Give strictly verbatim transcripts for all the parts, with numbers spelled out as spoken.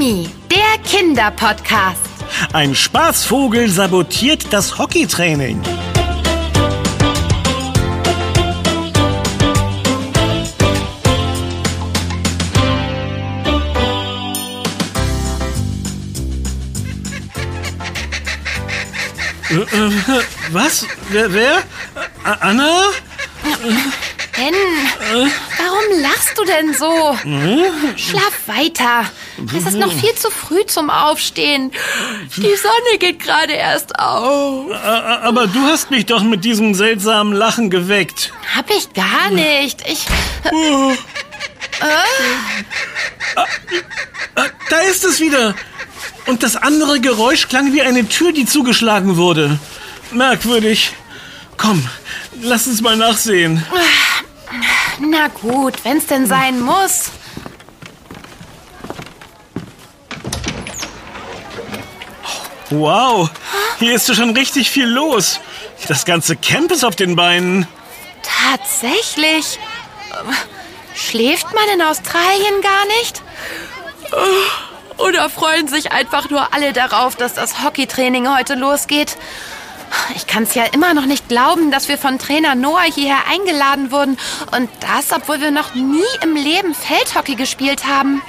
Mimi, der Kinderpodcast. Ein Spaßvogel sabotiert das Hockeytraining. Äh, äh, was? Wer? wer? A- Anna? Ben, warum lachst du denn so? Schlaf weiter. Es ist noch viel zu früh zum Aufstehen. Die Sonne geht gerade erst auf. Aber du hast mich doch mit diesem seltsamen Lachen geweckt. Hab ich gar nicht. Ich... Oh. Ah, da ist es wieder. Und das andere Geräusch klang wie eine Tür, die zugeschlagen wurde. Merkwürdig. Komm, lass uns mal nachsehen. Na gut, wenn's denn sein muss. Wow, hier ist ja schon richtig viel los. Das ganze Camp ist auf den Beinen. Tatsächlich? Schläft man in Australien gar nicht? Oder freuen sich einfach nur alle darauf, dass das Hockeytraining heute losgeht? Ich kann es ja immer noch nicht glauben, dass wir von Trainer Noah hierher eingeladen wurden. Und das, obwohl wir noch nie im Leben Feldhockey gespielt haben.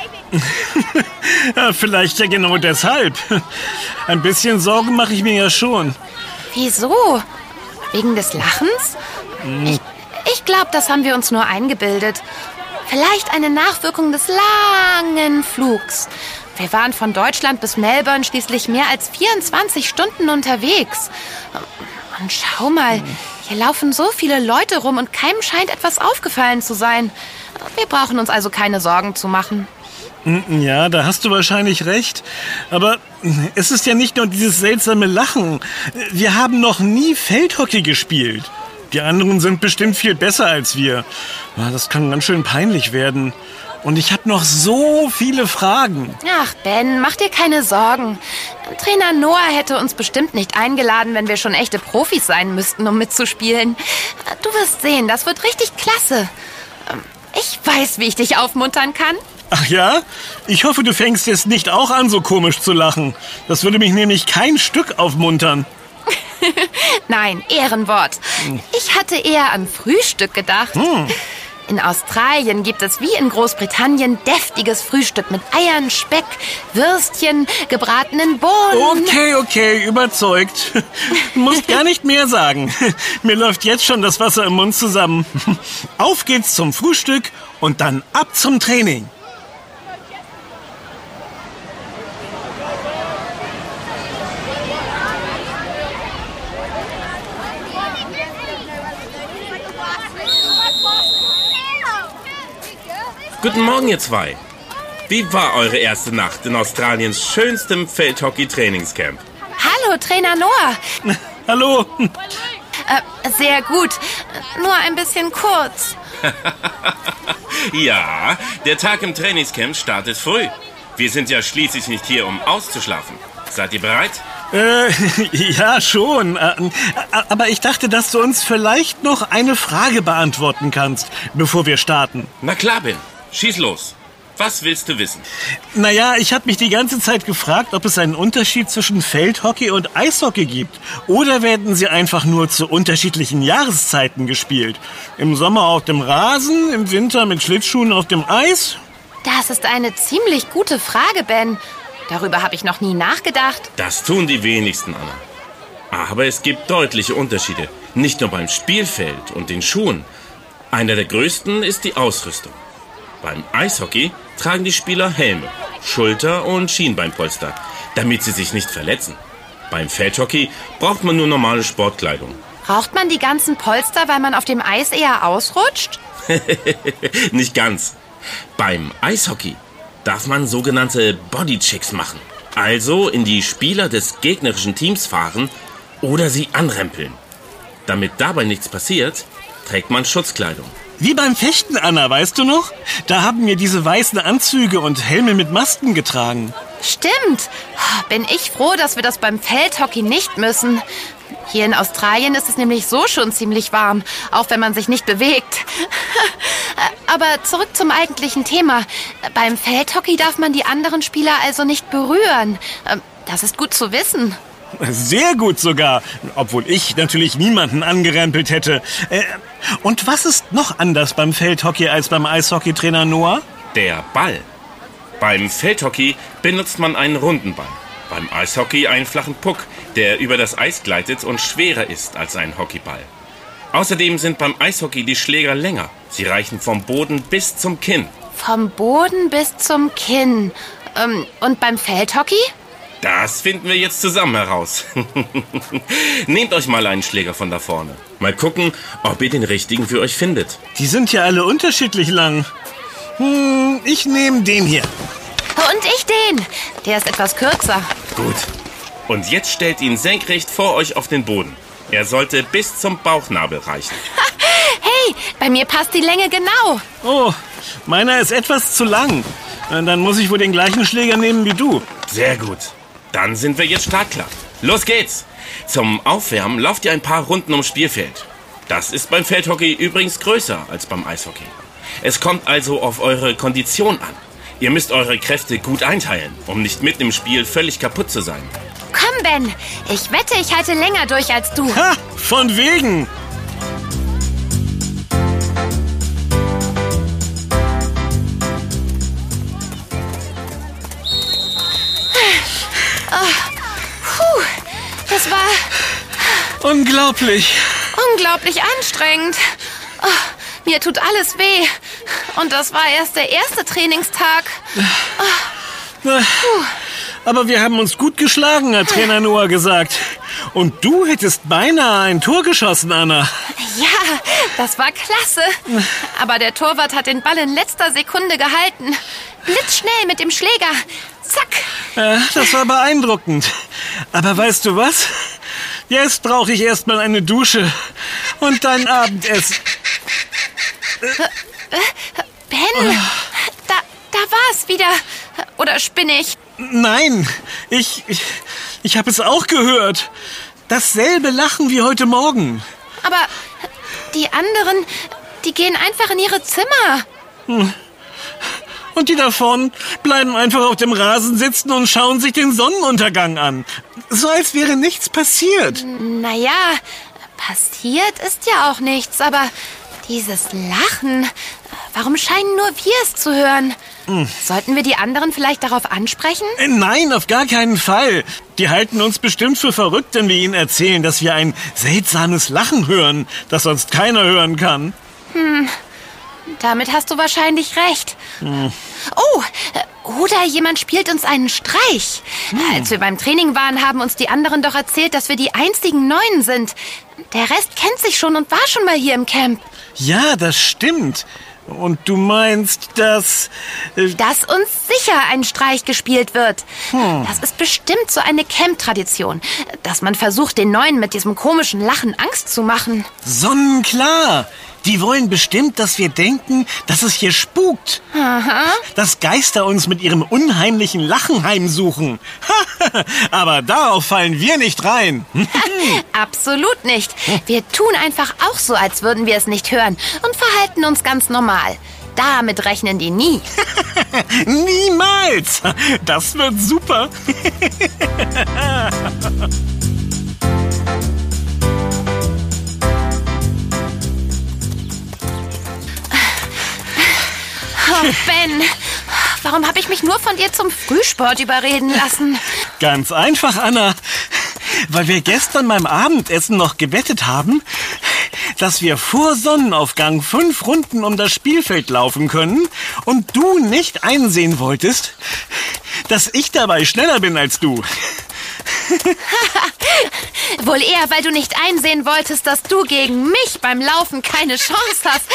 Ja, vielleicht ja genau deshalb. Ein bisschen Sorgen mache ich mir ja schon. Wieso? Wegen des Lachens? Ich, ich glaube, das haben wir uns nur eingebildet. Vielleicht eine Nachwirkung des langen Flugs. Wir waren von Deutschland bis Melbourne schließlich mehr als vierundzwanzig Stunden unterwegs. Und schau mal, hier laufen so viele Leute rum und keinem scheint etwas aufgefallen zu sein. Wir brauchen uns also keine Sorgen zu machen. Ja, da hast du wahrscheinlich recht. Aber es ist ja nicht nur dieses seltsame Lachen. Wir haben noch nie Feldhockey gespielt. Die anderen sind bestimmt viel besser als wir. Das kann ganz schön peinlich werden. Und ich habe noch so viele Fragen. Ach, Ben, mach dir keine Sorgen. Trainer Noah hätte uns bestimmt nicht eingeladen, wenn wir schon echte Profis sein müssten, um mitzuspielen. Du wirst sehen, das wird richtig klasse. Ich weiß, wie ich dich aufmuntern kann. Ach ja? Ich hoffe, du fängst jetzt nicht auch an, so komisch zu lachen. Das würde mich nämlich kein Stück aufmuntern. Nein, Ehrenwort. Ich hatte eher an Frühstück gedacht. Hm. In Australien gibt es wie in Großbritannien deftiges Frühstück mit Eiern, Speck, Würstchen, gebratenen Bohnen. Okay, okay, überzeugt. Du musst gar nicht mehr sagen. Mir läuft jetzt schon das Wasser im Mund zusammen. Auf geht's zum Frühstück und dann ab zum Training. Guten Morgen, ihr zwei. Wie war eure erste Nacht in Australiens schönstem Feldhockey-Trainingscamp? Hallo, Trainer Noah. Hallo. Äh, sehr gut. Nur ein bisschen kurz. Ja, der Tag im Trainingscamp startet früh. Wir sind ja schließlich nicht hier, um auszuschlafen. Seid ihr bereit? Äh, ja, schon. Aber ich dachte, dass du uns vielleicht noch eine Frage beantworten kannst, bevor wir starten. Na klar, Ben. Schieß los. Was willst du wissen? Naja, ich habe mich die ganze Zeit gefragt, ob es einen Unterschied zwischen Feldhockey und Eishockey gibt. Oder werden sie einfach nur zu unterschiedlichen Jahreszeiten gespielt? Im Sommer auf dem Rasen, im Winter mit Schlittschuhen auf dem Eis? Das ist eine ziemlich gute Frage, Ben. Darüber habe ich noch nie nachgedacht. Das tun die wenigsten, Anna. Aber es gibt deutliche Unterschiede. Nicht nur beim Spielfeld und den Schuhen. Einer der größten ist die Ausrüstung. Beim Eishockey tragen die Spieler Helme, Schulter- und Schienbeinpolster, damit sie sich nicht verletzen. Beim Feldhockey braucht man nur normale Sportkleidung. Braucht man die ganzen Polster, weil man auf dem Eis eher ausrutscht? Nicht ganz. Beim Eishockey darf man sogenannte Bodychecks machen. Also in die Spieler des gegnerischen Teams fahren oder sie anrempeln. Damit dabei nichts passiert, trägt man Schutzkleidung. Wie beim Fechten, Anna, weißt du noch? Da haben wir diese weißen Anzüge und Helme mit Masken getragen. Stimmt. Bin ich froh, dass wir das beim Feldhockey nicht müssen. Hier in Australien ist es nämlich so schon ziemlich warm, auch wenn man sich nicht bewegt. Aber zurück zum eigentlichen Thema. Beim Feldhockey darf man die anderen Spieler also nicht berühren. Das ist gut zu wissen. Sehr gut sogar, obwohl ich natürlich niemanden angerempelt hätte. Und was ist noch anders beim Feldhockey als beim Eishockeytrainer Noah? Der Ball. Beim Feldhockey benutzt man einen runden Ball. Beim Eishockey einen flachen Puck, der über das Eis gleitet und schwerer ist als ein Hockeyball. Außerdem sind beim Eishockey die Schläger länger. Sie reichen vom Boden bis zum Kinn. Vom Boden bis zum Kinn. Ähm, und beim Feldhockey? Das finden wir jetzt zusammen heraus. Nehmt euch mal einen Schläger von da vorne. Mal gucken, ob ihr den richtigen für euch findet. Die sind ja alle unterschiedlich lang. Hm, ich nehme den hier. Und ich den. Der ist etwas kürzer. Gut. Und jetzt stellt ihn senkrecht vor euch auf den Boden. Er sollte bis zum Bauchnabel reichen. Hey, bei mir passt die Länge genau. Oh, meiner ist etwas zu lang. Dann muss ich wohl den gleichen Schläger nehmen wie du. Sehr gut. Dann sind wir jetzt startklar. Los geht's. Zum Aufwärmen lauft ihr ein paar Runden ums Spielfeld. Das ist beim Feldhockey übrigens größer als beim Eishockey. Es kommt also auf eure Kondition an. Ihr müsst eure Kräfte gut einteilen, um nicht mitten im Spiel völlig kaputt zu sein. Komm, Ben. Ich wette, ich halte länger durch als du. Ha, von wegen. Puh, das war unglaublich. Unglaublich anstrengend. Oh, mir tut alles weh. Und das war erst der erste Trainingstag. Oh. Aber wir haben uns gut geschlagen, hat Trainer Noah gesagt. Und du hättest beinahe ein Tor geschossen, Anna. Ja, das war klasse. Aber der Torwart hat den Ball in letzter Sekunde gehalten. Blitzschnell mit dem Schläger. Zack. Ja, das war beeindruckend. Aber weißt du was? Jetzt brauche ich erstmal eine Dusche und dein Abendessen. Ben, da, da war's wieder. Oder spinne ich? Nein, ich, ich, ich habe es auch gehört. Dasselbe Lachen wie heute Morgen. Aber die anderen, die gehen einfach in ihre Zimmer. Hm. Und die davon bleiben einfach auf dem Rasen sitzen und schauen sich den Sonnenuntergang an. So als wäre nichts passiert. Naja, passiert ist ja auch nichts, aber dieses Lachen, warum scheinen nur wir es zu hören? Hm. Sollten wir die anderen vielleicht darauf ansprechen? Nein, auf gar keinen Fall. Die halten uns bestimmt für verrückt, wenn wir ihnen erzählen, dass wir ein seltsames Lachen hören, das sonst keiner hören kann. Hm. Damit hast du wahrscheinlich recht. Hm. Oh, oder jemand spielt uns einen Streich. Hm. Als wir beim Training waren, haben uns die anderen doch erzählt, dass wir die einzigen Neuen sind. Der Rest kennt sich schon und war schon mal hier im Camp. Ja, das stimmt. Und du meinst, dass... Äh dass uns sicher ein Streich gespielt wird. Hm. Das ist bestimmt so eine Camp-Tradition, dass man versucht, den Neuen mit diesem komischen Lachen Angst zu machen. Sonnenklar. Die wollen bestimmt, dass wir denken, dass es hier spukt. Aha. Dass Geister uns mit ihrem unheimlichen Lachen heimsuchen. Aber darauf fallen wir nicht rein. Absolut nicht. Wir tun einfach auch so, als würden wir es nicht hören und verhalten uns ganz normal. Damit rechnen die nie. Niemals. Das wird super. Oh, Ben, warum habe ich mich nur von dir zum Frühsport überreden lassen? Ganz einfach, Anna. Weil wir gestern beim Abendessen noch gewettet haben, dass wir vor Sonnenaufgang fünf Runden um das Spielfeld laufen können und du nicht einsehen wolltest, dass ich dabei schneller bin als du. Wohl eher, weil du nicht einsehen wolltest, dass du gegen mich beim Laufen keine Chance hast.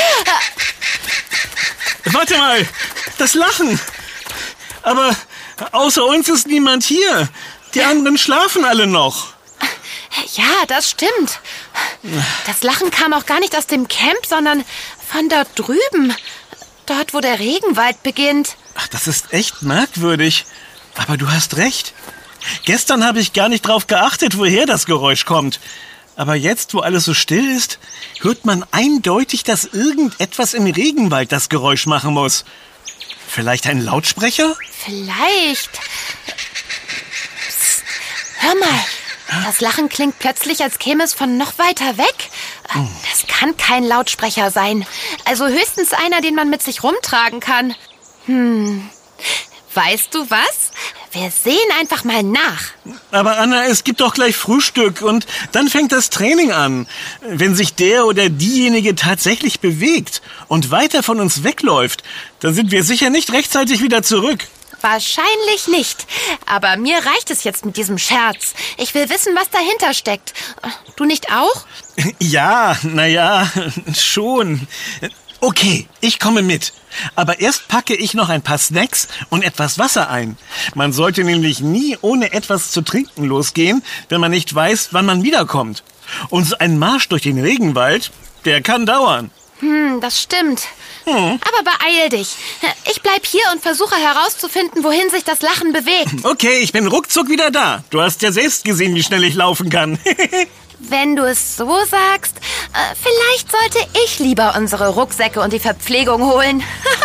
Warte mal, das Lachen. Aber außer uns ist niemand hier. Die anderen schlafen alle noch. Ja, das stimmt. Das Lachen kam auch gar nicht aus dem Camp, sondern von dort drüben. Dort, wo der Regenwald beginnt. Ach, das ist echt merkwürdig. Aber du hast recht. Gestern habe ich gar nicht drauf geachtet, woher das Geräusch kommt. Aber jetzt, wo alles so still ist, hört man eindeutig, dass irgendetwas im Regenwald das Geräusch machen muss. Vielleicht ein Lautsprecher? Vielleicht. Psst, hör mal. Das Lachen klingt plötzlich, als käme es von noch weiter weg. Das kann kein Lautsprecher sein. Also höchstens einer, den man mit sich rumtragen kann. Hm. Weißt du was? Wir sehen einfach mal nach. Aber Anna, es gibt doch gleich Frühstück und dann fängt das Training an. Wenn sich der oder diejenige tatsächlich bewegt und weiter von uns wegläuft, dann sind wir sicher nicht rechtzeitig wieder zurück. Wahrscheinlich nicht. Aber mir reicht es jetzt mit diesem Scherz. Ich will wissen, was dahinter steckt. Du nicht auch? Ja, naja, schon. Okay, ich komme mit. Aber erst packe ich noch ein paar Snacks und etwas Wasser ein. Man sollte nämlich nie ohne etwas zu trinken losgehen, wenn man nicht weiß, wann man wiederkommt. Und so ein Marsch durch den Regenwald, der kann dauern. Hm, das stimmt. Hm. Aber beeil dich. Ich bleib hier und versuche herauszufinden, wohin sich das Lachen bewegt. Okay, ich bin ruckzuck wieder da. Du hast ja selbst gesehen, wie schnell ich laufen kann. Wenn du es so sagst, äh, vielleicht sollte ich lieber unsere Rucksäcke und die Verpflegung holen.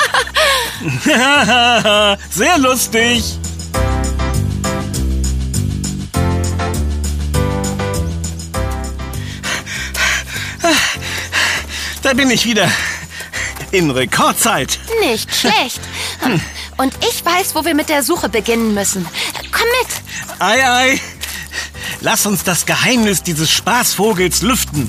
Sehr lustig. Da bin ich wieder. In Rekordzeit. Nicht schlecht. Und ich weiß, wo wir mit der Suche beginnen müssen. Komm mit. Ei, ei. Lass uns das Geheimnis dieses Spaßvogels lüften.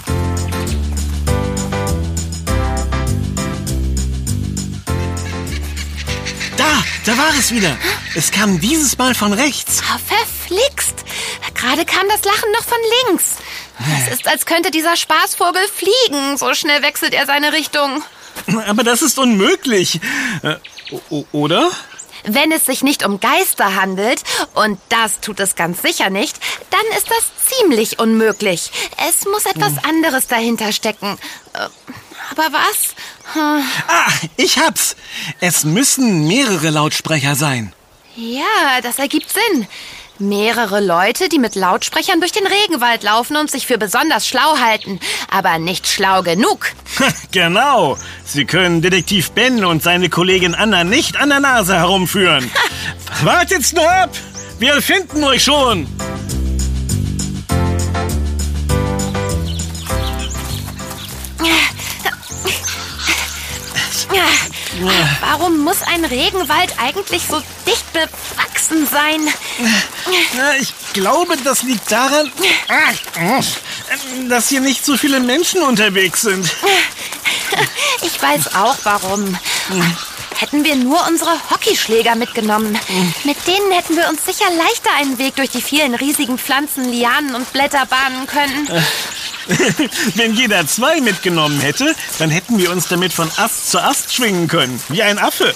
Da, da war es wieder. Es kam dieses Mal von rechts. Oh, verflixt. Gerade kam das Lachen noch von links. Es ist, als könnte dieser Spaßvogel fliegen. So schnell wechselt er seine Richtung. Aber das ist unmöglich. Äh, oder? Wenn es sich nicht um Geister handelt, und das tut es ganz sicher nicht, dann ist das ziemlich unmöglich. Es muss etwas anderes dahinter stecken. Aber was? Hm. Ah, ich hab's. Es müssen mehrere Lautsprecher sein. Ja, das ergibt Sinn. Mehrere Leute, die mit Lautsprechern durch den Regenwald laufen und sich für besonders schlau halten, aber nicht schlau genug. Genau. Sie können Detektiv Ben und seine Kollegin Anna nicht an der Nase herumführen. Wartet's nur ab. Wir finden euch schon. Warum muss ein Regenwald eigentlich so dicht bewachsen sein? Ich glaube, das liegt daran, dass hier nicht so viele Menschen unterwegs sind. Ich weiß auch, warum. Hätten wir nur unsere Hockeyschläger mitgenommen. Mit denen hätten wir uns sicher leichter einen Weg durch die vielen riesigen Pflanzen, Lianen und Blätter bahnen können. Wenn jeder zwei mitgenommen hätte, dann hätten wir uns damit von Ast zu Ast schwingen können. Wie ein Affe.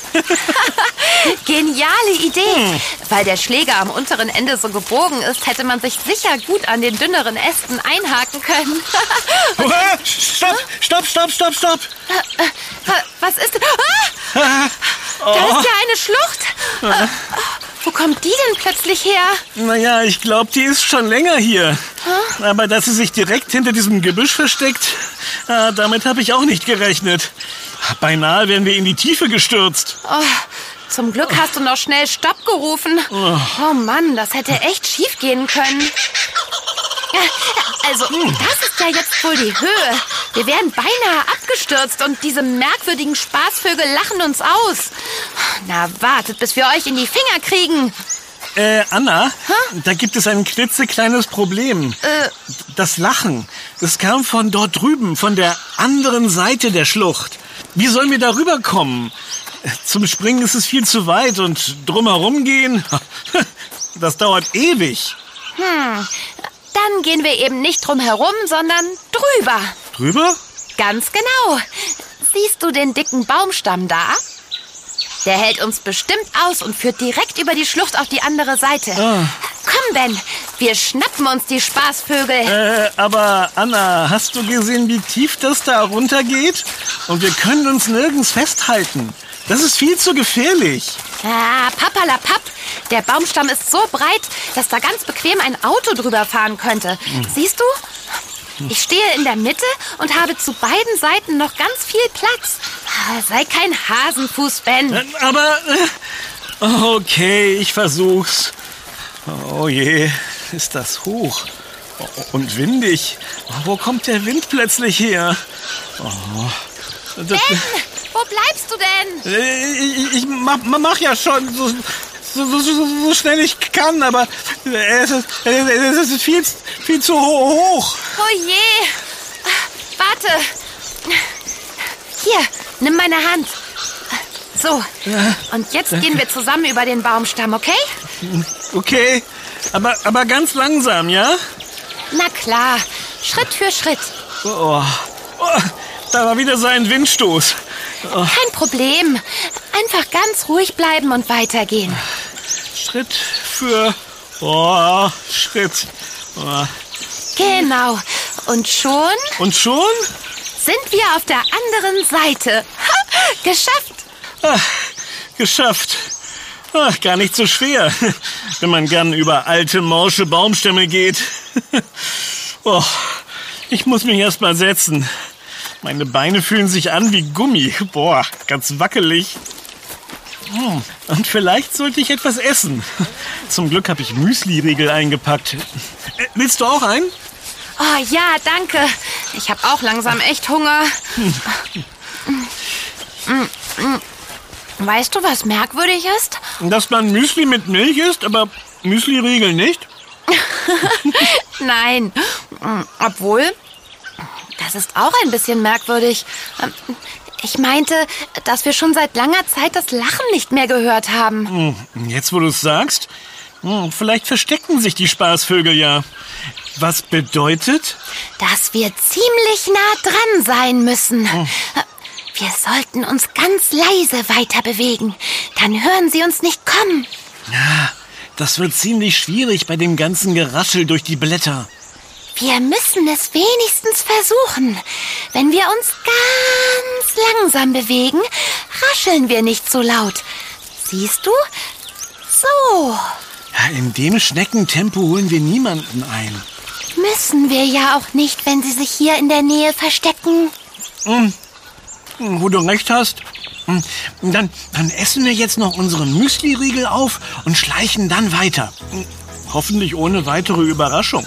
Geniale Idee. Hm. Weil der Schläger am unteren Ende so gebogen ist, hätte man sich sicher gut an den dünneren Ästen einhaken können. Oha, stopp, stopp, stopp, stopp, stopp. Was ist denn? Ah! Da ist ja eine Schlucht. Ah. Wo kommt die denn plötzlich her? Naja, ich glaube, die ist schon länger hier. Huh? Aber dass sie sich direkt hinter diesem Gebüsch versteckt, äh, damit habe ich auch nicht gerechnet. Beinahe wären wir in die Tiefe gestürzt. Oh, zum Glück hast du noch schnell Stopp gerufen. Oh, oh Mann, das hätte echt schief gehen können. Also, das ist ja jetzt wohl die Höhe. Wir wären beinahe abgestürzt und diese merkwürdigen Spaßvögel lachen uns aus. Na, wartet, bis wir euch in die Finger kriegen. Äh, Anna, huh? Da gibt es ein klitzekleines Problem. Äh. Das Lachen, das kam von dort drüben, von der anderen Seite der Schlucht. Wie sollen wir da rüberkommen? Zum Springen ist es viel zu weit und drumherum gehen, das dauert ewig. Hm, dann gehen wir eben nicht drumherum, sondern drüber. Drüber? Ganz genau. Siehst du den dicken Baumstamm da? Der hält uns bestimmt aus und führt direkt über die Schlucht auf die andere Seite. Ah. Komm, Ben, wir schnappen uns die Spaßvögel. Äh, aber Anna, hast du gesehen, wie tief das da runtergeht? Und wir können uns nirgends festhalten. Das ist viel zu gefährlich. Ah, papperlapapp. Der Baumstamm ist so breit, dass da ganz bequem ein Auto drüber fahren könnte. Hm. Siehst du? Ich stehe in der Mitte und habe zu beiden Seiten noch ganz viel Platz. Sei kein Hasenfuß, Ben. Aber, okay, ich versuch's. Oh je, ist das hoch und windig. Wo kommt der Wind plötzlich her? Oh. Ben, wo bleibst du denn? Ich, ich mach, mach ja schon so, so, so, so schnell ich kann, aber es ist, es ist viel, viel zu hoch. Oh je. Warte. Hier, nimm meine Hand. So, und jetzt gehen wir zusammen über den Baumstamm, okay? Okay, aber, aber ganz langsam, ja? Na klar, Schritt für Schritt. Oh, oh, da war wieder so ein Windstoß. Oh. Kein Problem. Einfach ganz ruhig bleiben und weitergehen. Schritt für oh, Schritt. Oh. Genau. Und schon? Und schon? Sind wir auf der anderen Seite. Ha, geschafft. Ach, geschafft. Ach, gar nicht so schwer, wenn man gern über alte, morsche Baumstämme geht. Oh, ich muss mich erst mal setzen. Meine Beine fühlen sich an wie Gummi. Boah, ganz wackelig. Und vielleicht sollte ich etwas essen. Zum Glück habe ich Müsli-Riegel eingepackt. Äh, willst du auch einen? Oh ja, danke. Ich habe auch langsam echt Hunger. Weißt du, was merkwürdig ist? Dass man Müsli mit Milch isst, aber Müsli-Riegel nicht? Nein, obwohl, das ist auch ein bisschen merkwürdig. Ich meinte, dass wir schon seit langer Zeit das Lachen nicht mehr gehört haben. Jetzt, wo du es sagst, vielleicht verstecken sich die Spaßvögel ja. Was bedeutet? Dass wir ziemlich nah dran sein müssen. Wir sollten uns ganz leise weiter bewegen. Dann hören sie uns nicht kommen. Ja, das wird ziemlich schwierig bei dem ganzen Geraschel durch die Blätter. Wir müssen es wenigstens versuchen. Wenn wir uns ganz langsam bewegen, rascheln wir nicht so laut. Siehst du? So. Ja, in dem Schneckentempo holen wir niemanden ein. Müssen wir ja auch nicht, wenn sie sich hier in der Nähe verstecken. Hm. Wo du recht hast. Dann, dann essen wir jetzt noch unseren Müsli-Riegel auf und schleichen dann weiter. Hoffentlich ohne weitere Überraschung.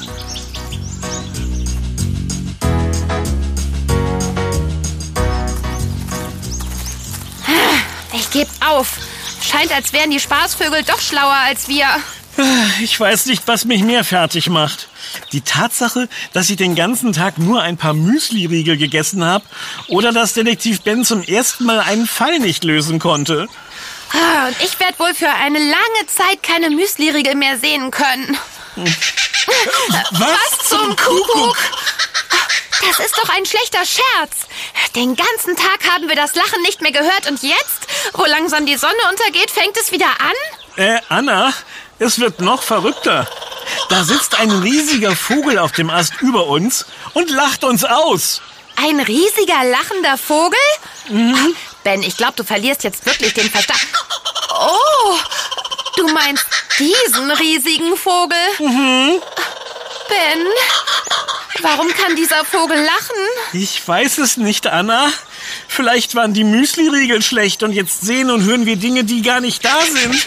Ich geb auf. Scheint, als wären die Spaßvögel doch schlauer als wir. Ich weiß nicht, was mich mehr fertig macht. Die Tatsache, dass ich den ganzen Tag nur ein paar Müsli-Riegel gegessen habe oder dass Detektiv Ben zum ersten Mal einen Fall nicht lösen konnte. Ah, und ich werde wohl für eine lange Zeit keine Müsli-Riegel mehr sehen können. Was, Was zum Kuckuck? Das ist doch ein schlechter Scherz. Den ganzen Tag haben wir das Lachen nicht mehr gehört und jetzt, wo langsam die Sonne untergeht, fängt es wieder an? Äh, Anna, es wird noch verrückter. Da sitzt ein riesiger Vogel auf dem Ast über uns und lacht uns aus. Ein riesiger lachender Vogel? Mhm. Ben, ich glaube, du verlierst jetzt wirklich den Verstand. Oh, du meinst diesen riesigen Vogel? Mhm. Ben, warum kann dieser Vogel lachen? Ich weiß es nicht, Anna. Vielleicht waren die Müsli-Riegel schlecht und jetzt sehen und hören wir Dinge, die gar nicht da sind.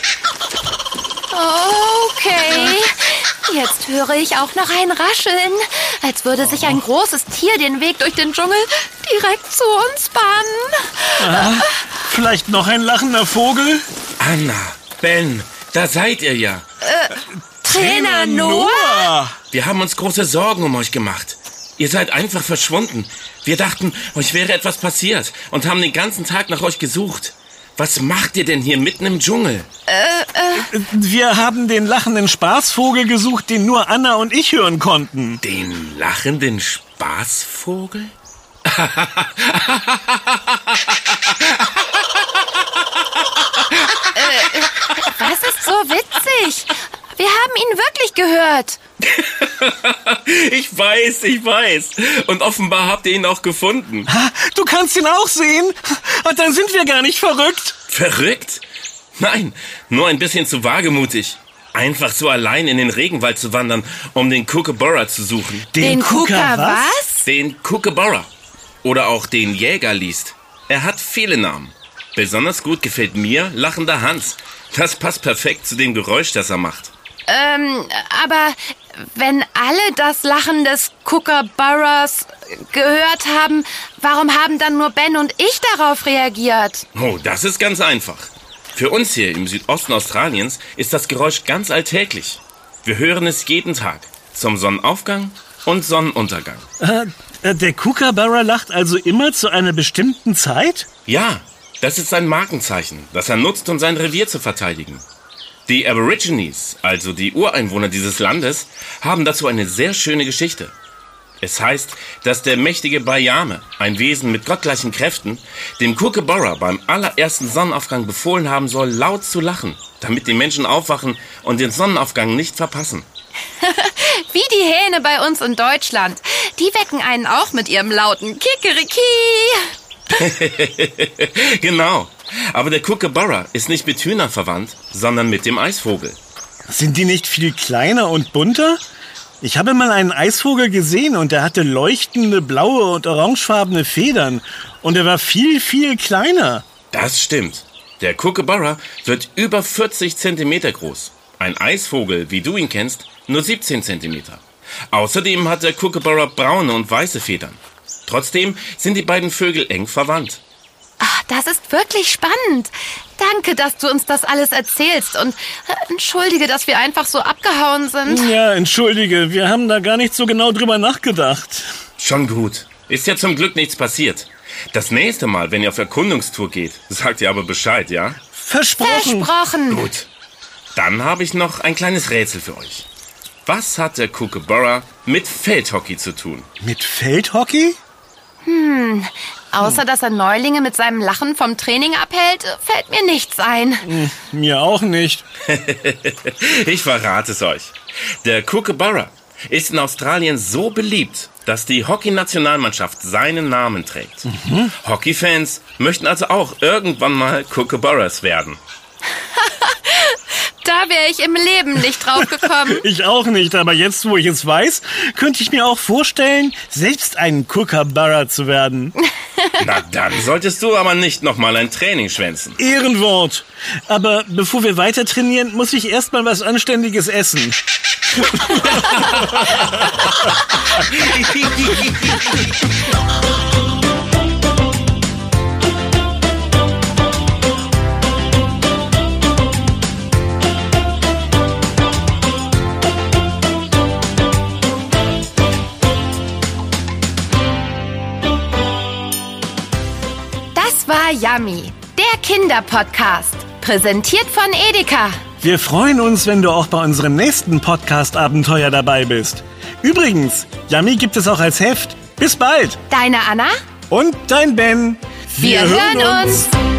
Okay, jetzt höre ich auch noch ein Rascheln, als würde sich ein großes Tier den Weg durch den Dschungel direkt zu uns bahnen. Ah, vielleicht noch ein lachender Vogel? Anna, Ben, da seid ihr ja. Äh, Trainer Noah? Wir haben uns große Sorgen um euch gemacht. Ihr seid einfach verschwunden. Wir dachten, euch wäre etwas passiert und haben den ganzen Tag nach euch gesucht. Was macht ihr denn hier mitten im Dschungel? Äh, äh. Wir haben den lachenden Spaßvogel gesucht, den nur Anna und ich hören konnten. Den lachenden Spaßvogel? äh, was ist so witzig? Wir haben ihn wirklich gehört. Ich weiß, ich weiß. Und offenbar habt ihr ihn auch gefunden. Du kannst ihn auch sehen? Und dann sind wir gar nicht verrückt. Verrückt? Nein, nur ein bisschen zu wagemutig. einfach so allein in den Regenwald zu wandern, um den Kookaburra zu suchen. Den, den Kooka was? Den Kookaburra. Oder auch den Jäger liest. Er hat viele Namen. Besonders gut gefällt mir Lachender Hans. Das passt perfekt zu dem Geräusch, das er macht. Ähm, aber wenn alle das Lachen des Kookaburras gehört haben, warum haben dann nur Ben und ich darauf reagiert? Oh, das ist ganz einfach. Für uns hier im Südosten Australiens ist das Geräusch ganz alltäglich. Wir hören es jeden Tag, zum Sonnenaufgang und Sonnenuntergang. Äh, der Kookaburra lacht also immer zu einer bestimmten Zeit? Ja, das ist sein Markenzeichen, das er nutzt, um sein Revier zu verteidigen. Die Aborigines, also die Ureinwohner dieses Landes, haben dazu eine sehr schöne Geschichte. Es heißt, dass der mächtige Bayame, ein Wesen mit gottgleichen Kräften, dem Kookaburra beim allerersten Sonnenaufgang befohlen haben soll, laut zu lachen, damit die Menschen aufwachen und den Sonnenaufgang nicht verpassen. Wie die Hähne bei uns in Deutschland. Die wecken einen auch mit ihrem lauten Kikeriki. Genau. Aber der Kookaburra ist nicht mit Hühnern verwandt, sondern mit dem Eisvogel. Sind die nicht viel kleiner und bunter? Ich habe mal einen Eisvogel gesehen und der hatte leuchtende blaue und orangefarbene Federn. Und er war viel, viel kleiner. Das stimmt. Der Kookaburra wird über vierzig Zentimeter groß. Ein Eisvogel, wie du ihn kennst, nur siebzehn Zentimeter. Außerdem hat der Kookaburra braune und weiße Federn. Trotzdem sind die beiden Vögel eng verwandt. Ach, das ist wirklich spannend. Danke, dass du uns das alles erzählst und äh, entschuldige, dass wir einfach so abgehauen sind. Ja, entschuldige, wir haben da gar nicht so genau drüber nachgedacht. Schon gut. Ist ja zum Glück nichts passiert. Das nächste Mal, wenn ihr auf Erkundungstour geht, sagt ihr aber Bescheid, ja? Versprochen. Versprochen. Gut. Dann habe ich noch ein kleines Rätsel für euch. Was hat der Kookaburra mit Feldhockey zu tun? Mit Feldhockey? Hm, außer dass er Neulinge mit seinem Lachen vom Training abhält, fällt mir nichts ein. Hm, mir auch nicht. Ich verrate es euch. Der Kookaburra ist in Australien so beliebt, dass die Hockey-Nationalmannschaft seinen Namen trägt. Mhm. Hockeyfans möchten also auch irgendwann mal Kookaburras werden. Da wäre ich im Leben nicht drauf gekommen. Ich auch nicht, aber jetzt, wo ich es weiß, könnte ich mir auch vorstellen, selbst ein Kookaburra zu werden. Na, dann solltest du aber nicht nochmal ein Training schwänzen. Ehrenwort. Aber bevor wir weiter trainieren, muss ich erst mal was Anständiges essen. Das war Yummy, der Kinderpodcast, präsentiert von Edeka. Wir freuen uns, wenn du auch bei unserem nächsten Podcast-Abenteuer dabei bist. Übrigens, Yummy gibt es auch als Heft. Bis bald. Deine Anna und dein Ben. Wir, Wir hören uns. uns.